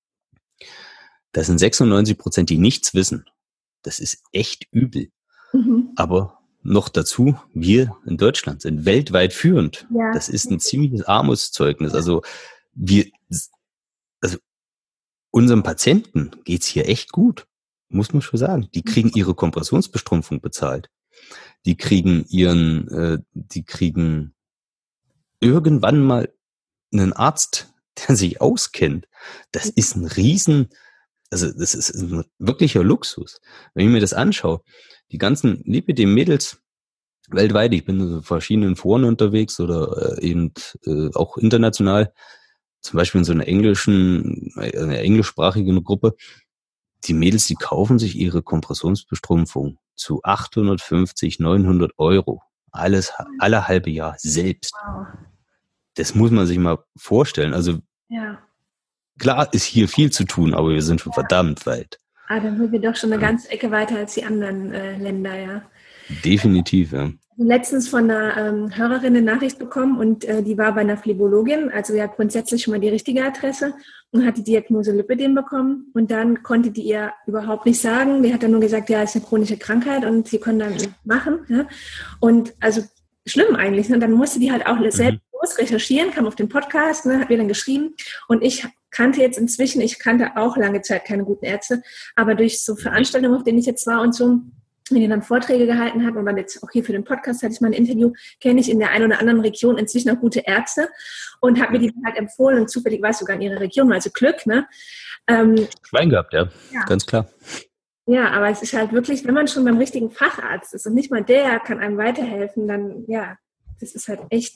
Das sind sechsundneunzig Prozent, die nichts wissen. Das ist echt übel. Mhm. Aber noch dazu, wir in Deutschland sind weltweit führend. Ja. Das ist ein ziemliches Armutszeugnis. Also wir, also unserem Patienten geht's hier echt gut, muss man schon sagen. Die kriegen ihre Kompressionsbestrumpfung bezahlt. Die kriegen ihren, äh, die kriegen irgendwann mal einen Arzt, der sich auskennt. Das ist ein Riesen, also das ist ein wirklicher Luxus. Wenn ich mir das anschaue, die ganzen Lipidem-Mädels weltweit, ich bin in verschiedenen Foren unterwegs oder äh, eben äh, auch international, zum Beispiel in so einer englischen, einer englischsprachigen Gruppe, die Mädels, die kaufen sich ihre Kompressionsbestrumpfung zu achthundertfünfzig, neunhundert Euro. Alles, alle halbe Jahr selbst. Wow. Das muss man sich mal vorstellen. Also, ja. Klar ist hier viel zu tun, aber wir sind schon ja. verdammt weit. Ah, dann sind wir doch schon eine ganze Ecke weiter als die anderen äh, Länder, ja. Definitiv, ja. Letztens von einer ähm, Hörerin eine Nachricht bekommen und äh, die war bei einer Phlebologin, also ja grundsätzlich schon mal die richtige Adresse und hat die Diagnose Lipödem bekommen und dann konnte die ihr überhaupt nicht sagen. Die hat dann nur gesagt, ja, ist eine chronische Krankheit und sie können dann machen. Ja? Und also schlimm eigentlich. Ne? Dann musste die halt auch mhm. selbst recherchieren, kam auf den Podcast, ne, hat mir dann geschrieben und ich kannte jetzt inzwischen, ich kannte auch lange Zeit keine guten Ärzte, aber durch so Veranstaltungen, auf denen ich jetzt war und so, wenn die dann Vorträge gehalten hat und dann jetzt auch hier für den Podcast hatte ich mal ein Interview, kenne ich in der einen oder anderen Region inzwischen auch gute Ärzte und habe mir die halt empfohlen und zufällig war es sogar in ihrer Region, also Glück, ne? Ähm, Schwein gehabt, ja. ja, ganz klar. Ja, aber es ist halt wirklich, wenn man schon beim richtigen Facharzt ist und nicht mal der kann einem weiterhelfen, dann, ja, das ist halt echt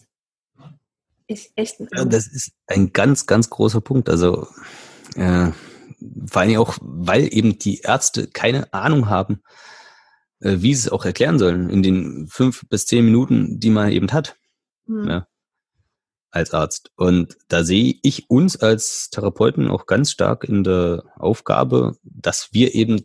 Ist echt ein ja, das ist ein ganz, ganz großer Punkt. Also äh, vor allem auch, weil eben die Ärzte keine Ahnung haben, äh, wie sie es auch erklären sollen in den fünf bis zehn Minuten, die man eben hat, mhm. ja, als Arzt. Und da sehe ich uns als Therapeuten auch ganz stark in der Aufgabe, dass wir eben,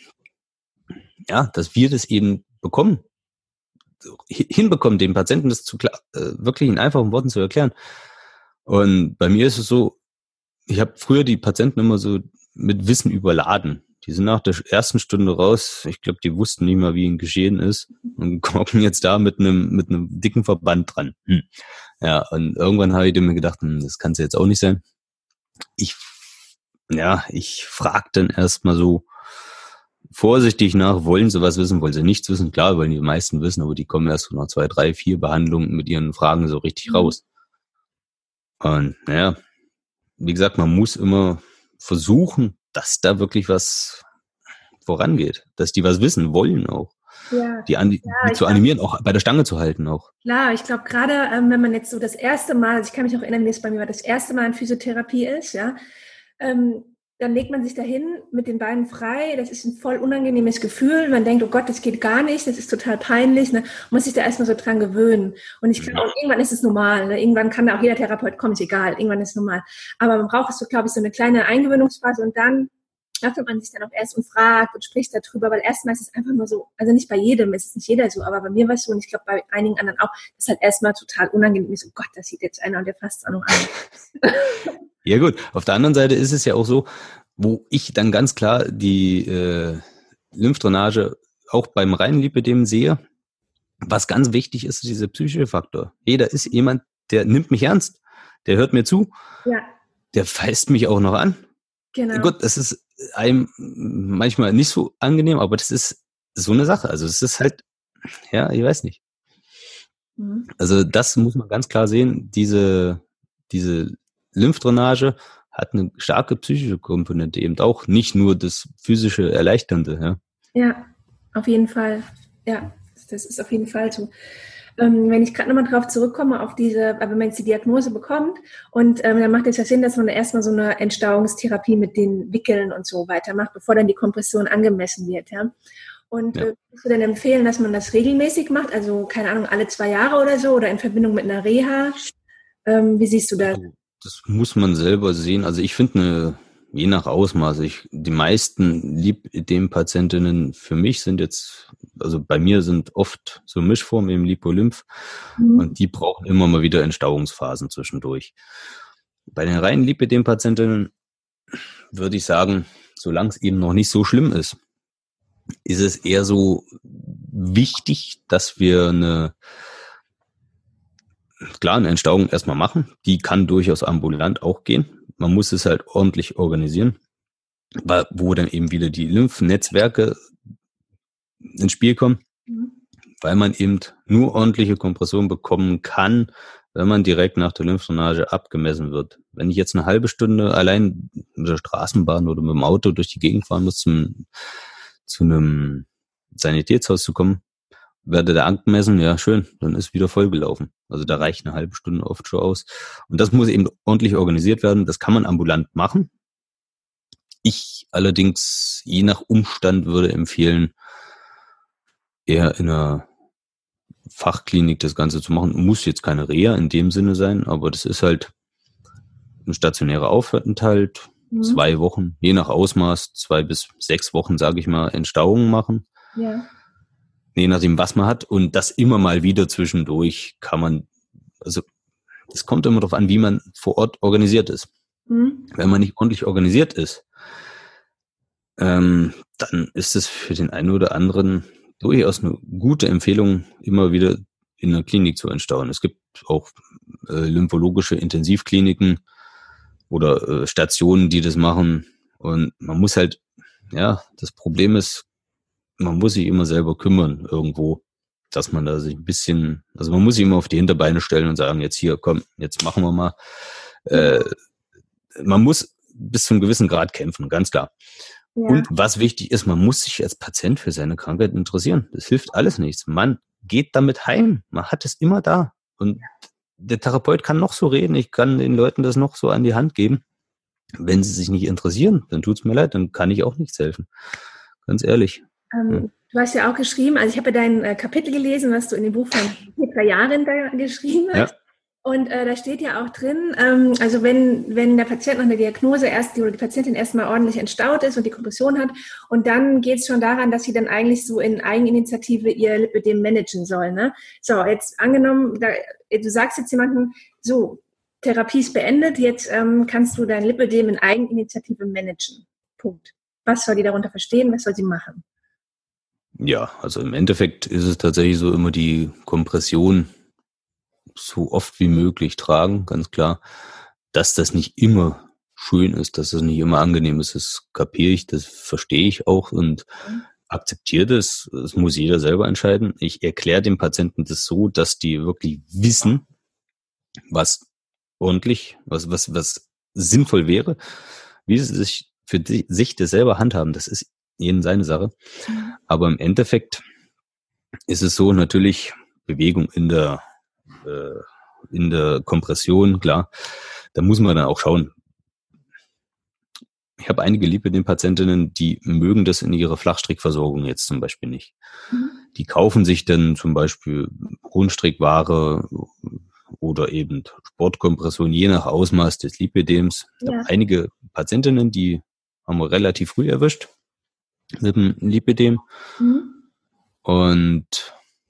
ja, dass wir das eben bekommen. hinbekommen, dem Patienten das zu klar, äh, wirklich in einfachen Worten zu erklären. Und bei mir ist es so, ich habe früher die Patienten immer so mit Wissen überladen. Die sind nach der ersten Stunde raus. Ich glaube, die wussten nicht mal, wie ihnen geschehen ist und kommen jetzt da mit einem mit einem dicken Verband dran. Hm. Ja, und irgendwann habe ich mir gedacht, hm, das kann es jetzt auch nicht sein. Ich, ja, ich frage dann erstmal so vorsichtig nach, wollen sie was wissen, wollen sie nichts wissen? Klar, wollen die meisten wissen, aber die kommen erst nach zwei, drei, vier Behandlungen mit ihren Fragen so richtig raus. Und naja, wie gesagt, man muss immer versuchen, dass da wirklich was vorangeht, dass die was wissen wollen auch. Ja, die, an, die ja, zu animieren, glaub, auch bei der Stange zu halten auch. Klar, ich glaube gerade, ähm, wenn man jetzt so das erste Mal, also ich kann mich auch erinnern, wie es bei mir war, das erste Mal in Physiotherapie ist, ja, ähm, dann legt man sich dahin mit den Beinen frei, das ist ein voll unangenehmes Gefühl, man denkt, oh Gott, das geht gar nicht, das ist total peinlich, ne? Man muss sich da erstmal so dran gewöhnen und ich glaube, ja. irgendwann ist es normal, ne? Irgendwann kann da auch jeder Therapeut kommen, ist egal, irgendwann ist es normal, aber man braucht so, glaube ich, so eine kleine Eingewöhnungsphase und dann öffnet man sich dann auch erst und fragt und spricht darüber, weil erstmal ist es einfach nur so, also nicht bei jedem, ist es nicht jeder so, aber bei mir war es so und ich glaube bei einigen anderen auch, das ist halt erstmal total unangenehm ist, oh Gott, das sieht jetzt einer und der fasst es auch noch an. Ja gut, auf der anderen Seite ist es ja auch so, wo ich dann ganz klar die äh, Lymphdrainage auch beim reinen Lipödem sehe, was ganz wichtig ist, dieser psychische Faktor. Jeder ist jemand, der nimmt mich ernst, der hört mir zu, ja. Der fasst mich auch noch an. Genau. Gut, das ist einem manchmal nicht so angenehm, aber das ist so eine Sache. Also es ist halt, ja, ich weiß nicht. Mhm. Also das muss man ganz klar sehen, diese, diese Lymphdrainage hat eine starke psychische Komponente, eben auch nicht nur das physische Erleichternde. Ja, ja, auf jeden Fall. Ja, das ist auf jeden Fall so. Ähm, wenn ich gerade nochmal drauf zurückkomme, auf diese, wenn man jetzt die Diagnose bekommt und ähm, dann macht es ja Sinn, dass man erstmal so eine Entstauungstherapie mit den Wickeln und so weitermacht, bevor dann die Kompression angemessen wird. Ja? Und ja. äh, würdest du denn empfehlen, dass man das regelmäßig macht, also keine Ahnung, alle zwei Jahre oder so oder in Verbindung mit einer Reha? Ähm, wie siehst du das? Das muss man selber sehen. Also ich finde eine, je nach Ausmaß, ich, die meisten Lipödem-Patientinnen für mich sind jetzt, also bei mir sind oft so Mischformen im Lipolymph mhm. und die brauchen immer mal wieder Entstauungsphasen zwischendurch. Bei den reinen Lipödem-Patientinnen würde ich sagen, solange es eben noch nicht so schlimm ist, ist es eher so wichtig, dass wir eine Klar, eine Entstauung erstmal machen. Die kann durchaus ambulant auch gehen. Man muss es halt ordentlich organisieren, weil, wo dann eben wieder die Lymphnetzwerke ins Spiel kommen, mhm. weil man eben nur ordentliche Kompression bekommen kann, wenn man direkt nach der Lymphdrainage abgemessen wird. Wenn ich jetzt eine halbe Stunde allein mit der Straßenbahn oder mit dem Auto durch die Gegend fahren muss, zum, zu einem Sanitätshaus zu kommen, werde da angemessen, ja schön, dann ist wieder vollgelaufen. Also da reicht eine halbe Stunde oft schon aus. Und das muss eben ordentlich organisiert werden. Das kann man ambulant machen. Ich allerdings, je nach Umstand, würde empfehlen, eher in einer Fachklinik das Ganze zu machen. Muss jetzt keine Reha in dem Sinne sein, aber das ist halt ein stationärer Aufenthalt, mhm. zwei Wochen, je nach Ausmaß, zwei bis sechs Wochen, sage ich mal, Entstauungen machen. Ja. Je nachdem, was man hat. Und das immer mal wieder zwischendurch kann man, also es kommt immer darauf an, wie man vor Ort organisiert ist. Mhm. Wenn man nicht ordentlich organisiert ist, ähm, dann ist es für den einen oder anderen durchaus eine gute Empfehlung, immer wieder in einer Klinik zu entstauen. Es gibt auch äh, lymphologische Intensivkliniken oder äh, Stationen, die das machen. Und man muss halt, ja, das Problem ist, man muss sich immer selber kümmern irgendwo, dass man da sich ein bisschen, also man muss sich immer auf die Hinterbeine stellen und sagen, jetzt hier, komm, jetzt machen wir mal. Äh, man muss bis zu einem gewissen Grad kämpfen, ganz klar. Ja. Und was wichtig ist, man muss sich als Patient für seine Krankheit interessieren. Das hilft alles nichts. Man geht damit heim. Man hat es immer da. Und der Therapeut kann noch so reden, ich kann den Leuten das noch so an die Hand geben. Wenn sie sich nicht interessieren, dann tut's mir leid, dann kann ich auch nichts helfen. Ganz ehrlich. Ähm, hm. Du hast ja auch geschrieben, also ich habe ja dein äh, Kapitel gelesen, was du in dem Buch von Petra Jahren da geschrieben hast. Ja. Und äh, da steht ja auch drin, ähm, also wenn wenn der Patient nach der Diagnose erst oder die Patientin erstmal ordentlich entstaut ist und die Kompression hat und dann geht es schon daran, dass sie dann eigentlich so in Eigeninitiative ihr Lipödem managen soll. Ne? So, jetzt angenommen, da, du sagst jetzt jemandem, so, Therapie ist beendet, jetzt ähm, kannst du dein Lipödem in Eigeninitiative managen. Punkt. Was soll die darunter verstehen? Was soll sie machen? Ja, also im Endeffekt ist es tatsächlich so, immer die Kompression so oft wie möglich tragen, ganz klar. Dass das nicht immer schön ist, dass das nicht immer angenehm ist, das kapiere ich, das verstehe ich auch und akzeptiere das. Das muss jeder selber entscheiden. Ich erkläre dem Patienten das so, dass die wirklich wissen, was ordentlich, was, was, was sinnvoll wäre, wie sie sich für die, sich das selber handhaben. Das ist jedem seine Sache. Aber im Endeffekt ist es so, natürlich Bewegung in der, äh, in der Kompression, klar. Da muss man dann auch schauen. Ich habe einige Lipödem-Patientinnen, die mögen das in ihrer Flachstrickversorgung jetzt zum Beispiel nicht. Mhm. Die kaufen sich dann zum Beispiel Rundstrickware oder eben Sportkompression, je nach Ausmaß des Lipödems. Ich ja. habe einige Patientinnen, die haben wir relativ früh erwischt mit dem Lipödem. Mhm. Und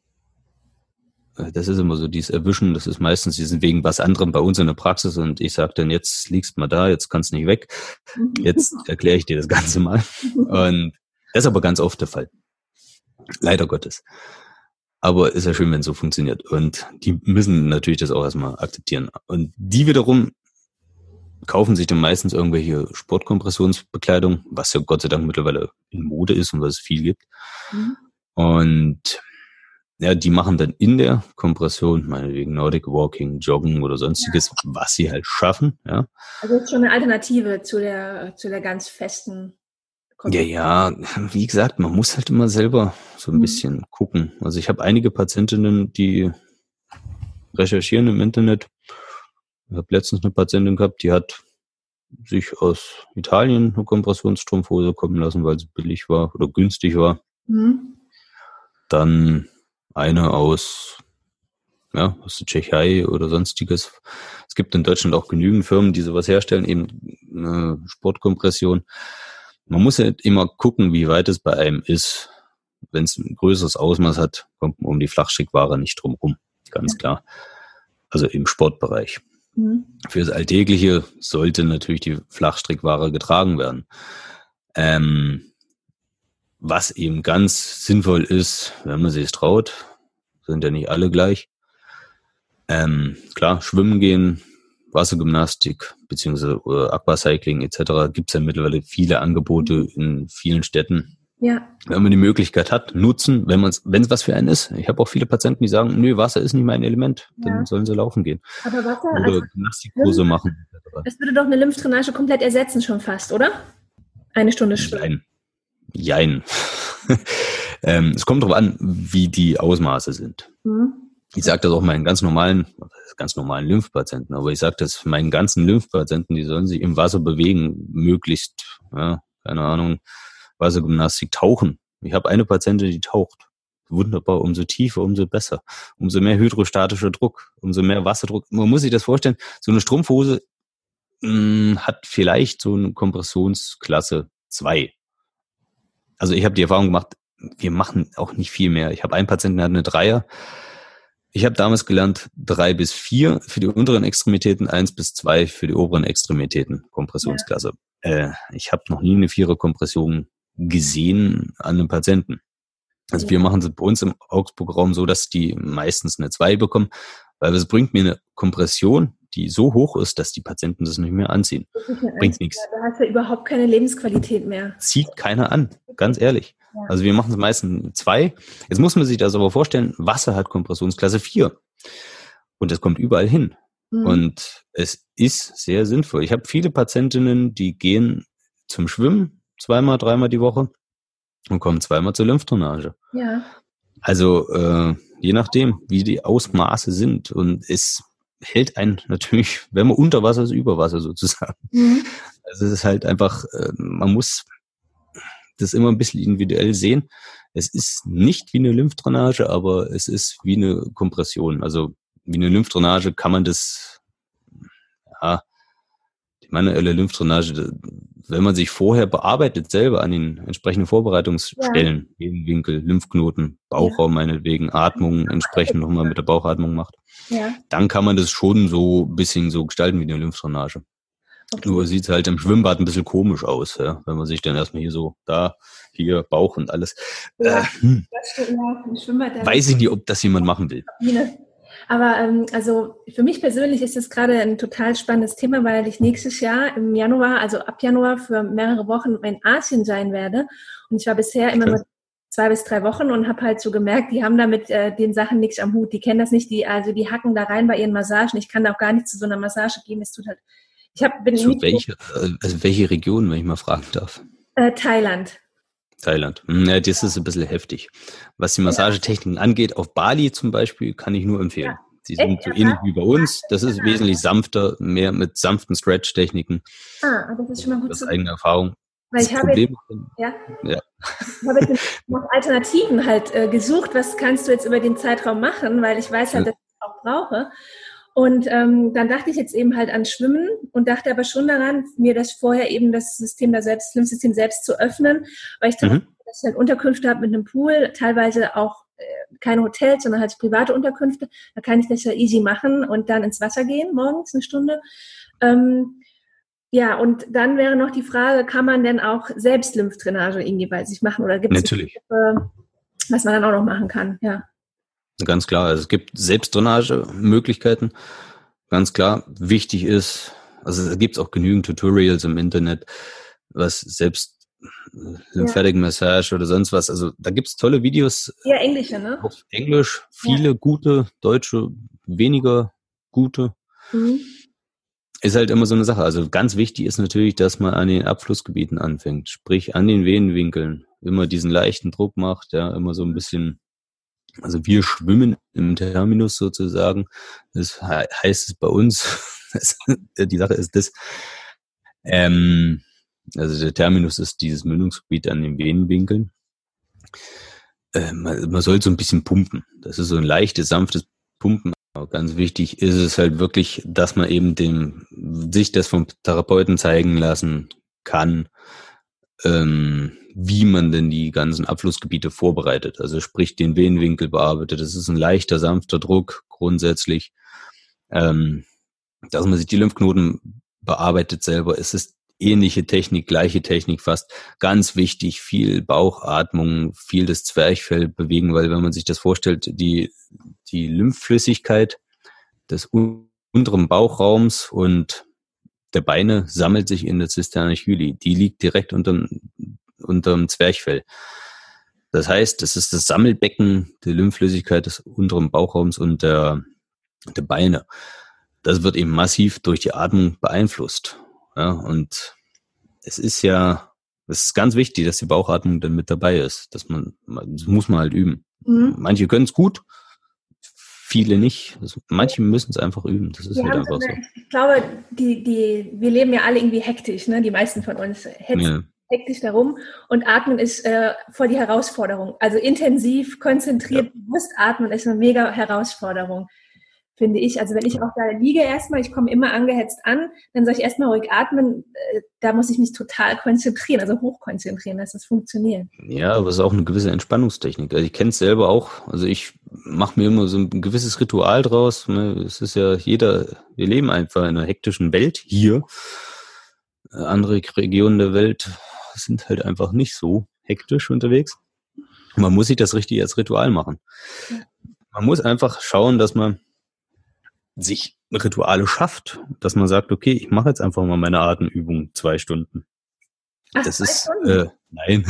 das ist immer so, dieses Erwischen, das ist meistens, die sind wegen was anderem bei uns in der Praxis und ich sage dann, jetzt liegst mal da, jetzt kannst du nicht weg. Jetzt erkläre ich dir das Ganze mal. Und das ist aber ganz oft der Fall. Leider Gottes. Aber ist ja schön, wenn es so funktioniert. Und die müssen natürlich das auch erstmal akzeptieren. Und die wiederum kaufen sich dann meistens irgendwelche Sportkompressionsbekleidung, was ja Gott sei Dank mittlerweile in Mode ist und was es viel gibt. Mhm. Und ja, die machen dann in der Kompression, meinetwegen Nordic Walking, Joggen oder sonstiges, ja. was sie halt schaffen. Ja. Also jetzt schon eine Alternative zu der, zu der ganz festen Kompression. Ja, ja, wie gesagt, man muss halt immer selber so ein mhm. bisschen gucken. Also ich habe einige Patientinnen, die recherchieren im Internet. Ich habe letztens eine Patientin gehabt, die hat sich aus Italien eine Kompressionsstrumpfhose kommen lassen, weil sie billig war oder günstig war. Mhm. Dann eine aus, ja, aus der Tschechei oder sonstiges. Es gibt in Deutschland auch genügend Firmen, die sowas herstellen, eben eine Sportkompression. Man muss halt immer gucken, wie weit es bei einem ist. Wenn es ein größeres Ausmaß hat, kommt man um die Flachstrickware nicht drum rum, ganz ja. klar. Also im Sportbereich. Mhm. Für das Alltägliche sollte natürlich die Flachstrickware getragen werden. Ähm, Was eben ganz sinnvoll ist, wenn man sich es traut, sind ja nicht alle gleich. Ähm, klar, schwimmen gehen, Wassergymnastik beziehungsweise Aquacycling et cetera gibt es ja mittlerweile viele Angebote in vielen Städten. Ja. Wenn man die Möglichkeit hat, nutzen, wenn man wenn es was für einen ist. Ich habe auch viele Patienten, die sagen, nö, Wasser ist nicht mein Element, ja. dann sollen sie laufen gehen. Aber Wasser, oder also Gymnastikkurse machen. et cetera. Das würde doch eine Lymphdrainage komplett ersetzen schon fast, oder? Eine Stunde schwimmen. Jein. ähm, es kommt darauf an, wie die Ausmaße sind. Mhm. Ich sage das auch meinen ganz normalen, ganz normalen Lymphpatienten, aber ich sage das meinen ganzen Lymphpatienten, die sollen sich im Wasser bewegen, möglichst, ja, keine Ahnung, Wassergymnastik, tauchen. Ich habe eine Patientin, die taucht. Wunderbar, umso tiefer, umso besser. Umso mehr hydrostatischer Druck, umso mehr Wasserdruck. Man muss sich das vorstellen, so eine Strumpfhose mh, hat vielleicht so eine Kompressionsklasse zwei. Also ich habe die Erfahrung gemacht, wir machen auch nicht viel mehr. Ich habe einen Patienten, der hat eine Dreier. Ich habe damals gelernt, drei bis vier für die unteren Extremitäten, eins bis zwei für die oberen Extremitäten, Kompressionsklasse. Ja. Äh, ich habe noch nie eine Vierer-Kompression gesehen an einem Patienten. Also ja. wir machen es bei uns im Augsburg-Raum so, dass die meistens eine zwei bekommen, weil es bringt mir eine Kompression, die so hoch ist, dass die Patienten das nicht mehr anziehen. Nicht Bringt nichts. Da hast du überhaupt keine Lebensqualität mehr. Zieht keiner an, ganz ehrlich. Ja. Also wir machen es meistens zwei. Jetzt muss man sich das aber vorstellen, Wasser hat Kompressionsklasse vier. Und das kommt überall hin. Mhm. Und es ist sehr sinnvoll. Ich habe viele Patientinnen, die gehen zum Schwimmen zweimal, dreimal die Woche und kommen zweimal zur Lymphdrainage. Ja. Also äh, je nachdem, wie die Ausmaße sind. Und es hält einen natürlich, wenn man unter Wasser ist, über Wasser sozusagen. Mhm. Also es ist halt einfach, äh, man muss das immer ein bisschen individuell sehen. Es ist nicht wie eine Lymphdrainage, aber es ist wie eine Kompression. Also wie eine Lymphdrainage kann man das, ja, die manuelle Lymphdrainage, wenn man sich vorher bearbeitet selber an den entsprechenden Vorbereitungsstellen, ja. Winkel, Lymphknoten, Bauchraum ja. meinetwegen, Atmung entsprechend nochmal mit der Bauchatmung macht, ja. dann kann man das schon so ein bisschen so gestalten wie eine Lymphdrainage. Okay. Nur sieht es halt im Schwimmbad ein bisschen komisch aus, ja, wenn man sich dann erstmal hier so, da, hier, Bauch und alles. Ja, äh, hm. das stimmt, ja, im Schwimmbad. Weiß ich nicht, ob das jemand machen will. Aber ähm, also für mich persönlich ist das gerade ein total spannendes Thema, weil ich nächstes Jahr im Januar, also ab Januar für mehrere Wochen in Asien sein werde. Und ich war bisher immer nur zwei bis drei Wochen und habe halt so gemerkt, die haben da mit äh, den Sachen nichts am Hut. Die kennen das nicht, die also die hacken da rein bei ihren Massagen. Ich kann da auch gar nicht zu so einer Massage gehen. Es tut halt. Ich hab, bin so welche, also welche Region, wenn ich mal fragen darf? Äh, Thailand. Thailand. Ja, das ist ein bisschen heftig. Was die Massagetechniken angeht, auf Bali zum Beispiel, kann ich nur empfehlen. Ja. Sie sind so ähnlich wie bei uns. Das ist wesentlich sanfter, mehr mit sanften Stretch-Techniken. Ah, das ist schon mal gut. Das ist eigene Erfahrung. Weil das ich habe Problem, jetzt, ja, ja. Ich habe jetzt noch Alternativen halt äh, gesucht. Was kannst du jetzt über den Zeitraum machen? Weil ich weiß halt, ja. dass ich es auch brauche. Und ähm, dann dachte ich jetzt eben halt an Schwimmen und dachte aber schon daran, mir das vorher eben das System da selbst, das Lymphsystem selbst zu öffnen, weil ich dann mhm. dass ich halt Unterkünfte habe mit einem Pool, teilweise auch äh, keine Hotels, sondern halt private Unterkünfte. Da kann ich das ja easy machen und dann ins Wasser gehen, morgens eine Stunde. Ähm, ja, und dann wäre noch die Frage, kann man denn auch selbst Lymphdrainage irgendwie bei sich machen? Oder gibt es Natürlich, äh, was man dann auch noch machen kann? Ja. Ganz klar, also es gibt Selbstdrainage-Möglichkeiten. Ganz klar, wichtig ist, also es gibt auch genügend Tutorials im Internet, was selbst Lymphatic Massage oder sonst was. Also da gibt es tolle Videos. Ja, englische, ne? Auf Englisch, viele ja. gute, deutsche, weniger gute. Mhm. Ist halt immer so eine Sache. Also ganz wichtig ist natürlich, dass man an den Abflussgebieten anfängt, sprich an den Venenwinkeln. Immer diesen leichten Druck macht, ja, immer so ein bisschen. Also wir schwimmen im Terminus sozusagen. Das heißt es bei uns. Die Sache ist das. Ähm, also der Terminus ist dieses Mündungsgebiet an den Venenwinkeln. Äh, man, man soll so ein bisschen pumpen. Das ist so ein leichtes, sanftes Pumpen. Aber ganz wichtig ist es halt wirklich, dass man eben dem sich das vom Therapeuten zeigen lassen kann, ähm, wie man denn die ganzen Abflussgebiete vorbereitet. Also sprich den Venenwinkel bearbeitet. Das ist ein leichter, sanfter Druck grundsätzlich. Ähm, dass man sich die Lymphknoten bearbeitet selber. Es ist ähnliche Technik, gleiche Technik fast. Ganz wichtig, viel Bauchatmung, viel das Zwerchfell bewegen, weil wenn man sich das vorstellt, die, die Lymphflüssigkeit des unteren Bauchraums und der Beine sammelt sich in der Cisterna chyli. Die liegt direkt unterm, unterm Zwerchfell. Das heißt, das ist das Sammelbecken der Lymphflüssigkeit des unteren Bauchraums und der, der Beine. Das wird eben massiv durch die Atmung beeinflusst. Ja, und es ist ja, es ist ganz wichtig, dass die Bauchatmung dann mit dabei ist. Dass man, das muss man halt üben. Mhm. Manche können es gut, viele nicht. Also manche müssen es einfach üben. Das ist wir halt einfach so. Ich glaube, die, die, wir leben ja alle irgendwie hektisch, ne? Die meisten von uns hetzen ja. hektisch darum. Und Atmen ist äh, voll die Herausforderung. Also intensiv, konzentriert, ja. bewusst atmen ist eine mega Herausforderung, finde ich. Also wenn ich auch da liege erstmal, ich komme immer angehetzt an, dann soll ich erstmal ruhig atmen. Äh, da muss ich mich total konzentrieren, also hochkonzentrieren, dass das funktioniert. Ja, aber es ist auch eine gewisse Entspannungstechnik. Also ich kenne es selber auch. Also ich mache mir immer so ein gewisses Ritual draus. Es ist ja jeder, wir leben einfach in einer hektischen Welt hier. Andere Regionen der Welt sind halt einfach nicht so hektisch unterwegs. Man muss sich das richtig als Ritual machen. Man muss einfach schauen, dass man sich Rituale schafft, dass man sagt, okay, ich mache jetzt einfach mal meine Atemübung zwei Stunden. Ach, das ist, Stunden? Äh, nein,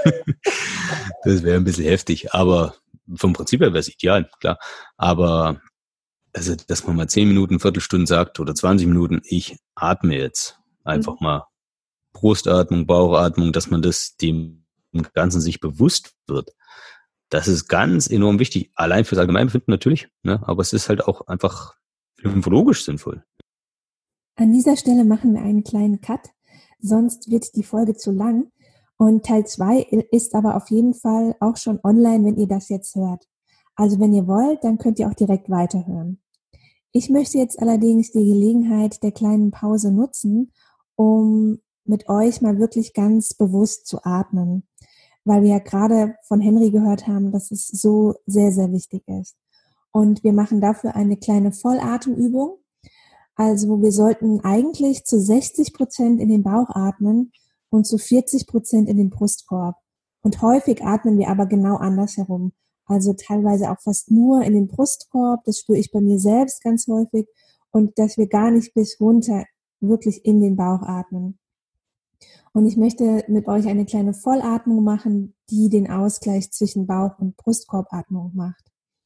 das wäre ein bisschen heftig, aber vom Prinzip her wäre es ideal, klar. Aber also, dass man mal zehn Minuten, Viertelstunde sagt oder zwanzig Minuten, ich atme jetzt einfach mhm. mal Brustatmung, Bauchatmung, dass man das dem Ganzen sich bewusst wird. Das ist ganz enorm wichtig. Allein fürs Allgemeinbefinden natürlich, ne? Aber es ist halt auch einfach lymphologisch sinnvoll. An dieser Stelle machen wir einen kleinen Cut, sonst wird die Folge zu lang. Und Teil zwei ist aber auf jeden Fall auch schon online, wenn ihr das jetzt hört. Also wenn ihr wollt, dann könnt ihr auch direkt weiterhören. Ich möchte jetzt allerdings die Gelegenheit der kleinen Pause nutzen, um mit euch mal wirklich ganz bewusst zu atmen, weil wir ja gerade von Henry gehört haben, dass es so sehr, sehr wichtig ist. Und wir machen dafür eine kleine Vollatemübung. Also wir sollten eigentlich zu sechzig Prozent in den Bauch atmen und zu vierzig Prozent in den Brustkorb. Und häufig atmen wir aber genau andersherum. Also teilweise auch fast nur in den Brustkorb, das spüre ich bei mir selbst ganz häufig, und dass wir gar nicht bis runter wirklich in den Bauch atmen. Und ich möchte mit euch eine kleine Vollatmung machen, die den Ausgleich zwischen Bauch- und Brustkorbatmung macht.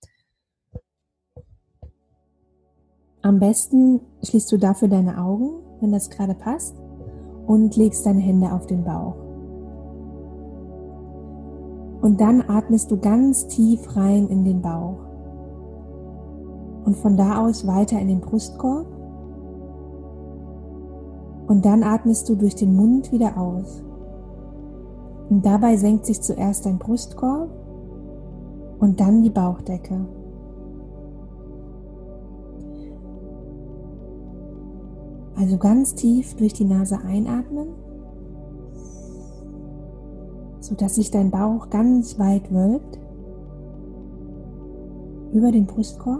Am besten schließt du dafür deine Augen, wenn das gerade passt, und legst deine Hände auf den Bauch. Und dann atmest du ganz tief rein in den Bauch. Und von da aus weiter in den Brustkorb. Und dann atmest du durch den Mund wieder aus. Und dabei senkt sich zuerst dein Brustkorb und dann die Bauchdecke. Also ganz tief durch die Nase einatmen, sodass sich dein Bauch ganz weit wölbt über den Brustkorb.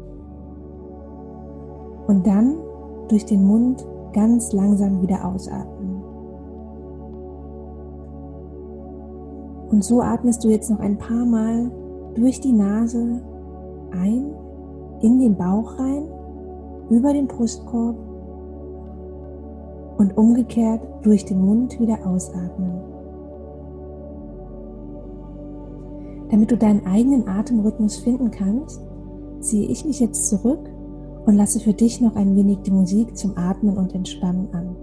Und dann durch den Mund ganz langsam wieder ausatmen. Und so atmest du jetzt noch ein paar Mal durch die Nase ein, in den Bauch rein, über den Brustkorb und umgekehrt durch den Mund wieder ausatmen. Damit du deinen eigenen Atemrhythmus finden kannst, ziehe ich mich jetzt zurück und lasse für dich noch ein wenig die Musik zum Atmen und Entspannen an.